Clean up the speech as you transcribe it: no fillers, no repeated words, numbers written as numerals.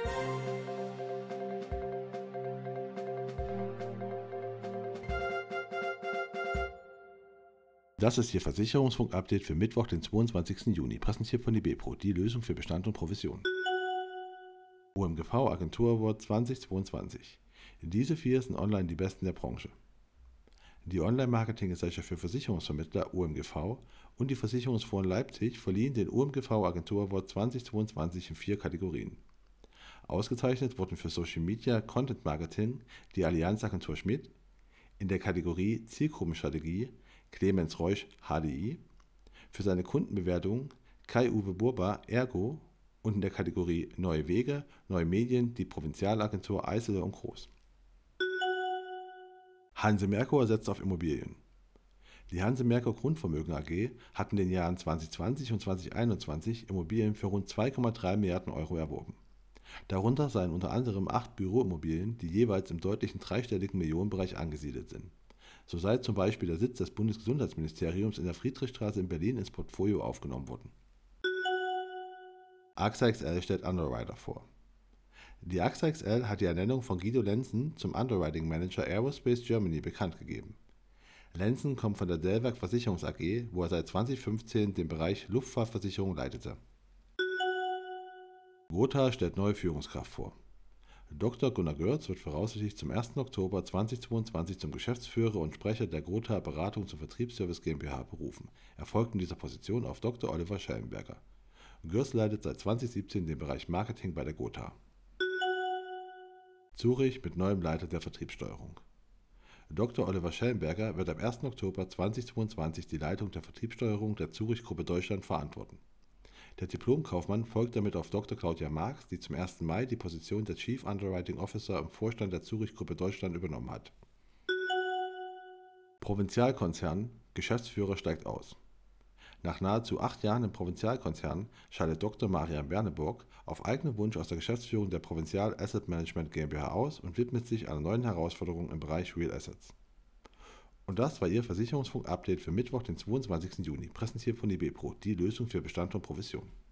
Das ist Ihr Versicherungsfunk-Update für Mittwoch, den 22. Juni, präsentiert von IBPRO, die Lösung für Bestand und Provision. OMGV Agentur Award 2022. Diese 4 sind online die besten der Branche. Die Online-Marketing-Gesellschaft für Versicherungsvermittler OMGV und die Versicherungsforen Leipzig verliehen den OMGV Agentur Award 2022 in 4 Kategorien. Ausgezeichnet wurden für Social Media Content Marketing die Allianz Agentur Schmidt, in der Kategorie Zielgruppenstrategie Clemens Reusch HDI, für seine Kundenbewertung Kai-Uwe Burba Ergo und in der Kategorie Neue Wege, Neue Medien die Provinzialagentur Eisele und Groß. Hanse Merkur setzt auf Immobilien. Die Hanse Merkur Grundvermögen AG hat in den Jahren 2020 und 2021 Immobilien für rund 2,3 Milliarden Euro erworben. Darunter seien unter anderem 8 Büroimmobilien, die jeweils im deutlichen dreistelligen Millionenbereich angesiedelt sind. So sei zum Beispiel der Sitz des Bundesgesundheitsministeriums in der Friedrichstraße in Berlin ins Portfolio aufgenommen worden. AXA XL stellt Underwriter vor. Die AXA XL hat die Ernennung von Guido Lenzen zum Underwriting Manager Aerospace Germany bekannt gegeben. Lenzen kommt von der Dellwerk Versicherungs AG, wo er seit 2015 den Bereich Luftfahrtversicherung leitete. Gotha stellt neue Führungskraft vor. Dr. Gunnar Görz wird voraussichtlich zum 1. Oktober 2022 zum Geschäftsführer und Sprecher der Gotha Beratungs- und Vertriebsservice GmbH berufen. Er folgt in dieser Position auf Dr. Oliver Schellenberger. Görz leitet seit 2017 den Bereich Marketing bei der Gotha. Zurich mit neuem Leiter der Vertriebssteuerung. Dr. Oliver Schellenberger wird am 1. Oktober 2022 die Leitung der Vertriebssteuerung der Zurich Gruppe Deutschland verantworten. Der Diplomkaufmann folgt damit auf Dr. Claudia Marx, die zum 1. Mai die Position der Chief Underwriting Officer im Vorstand der Zurich Gruppe Deutschland übernommen hat. Provinzialkonzern, Geschäftsführer steigt aus. Nach nahezu 8 Jahren im Provinzialkonzern scheidet Dr. Marian Berneburg auf eigenen Wunsch aus der Geschäftsführung der Provinzial Asset Management GmbH aus und widmet sich einer neuen Herausforderung im Bereich Real Assets. Und das war Ihr Versicherungsfunk-Update für Mittwoch, den 22. Juni, präsentiert von IBPRO, die Lösung für Bestand und Provision.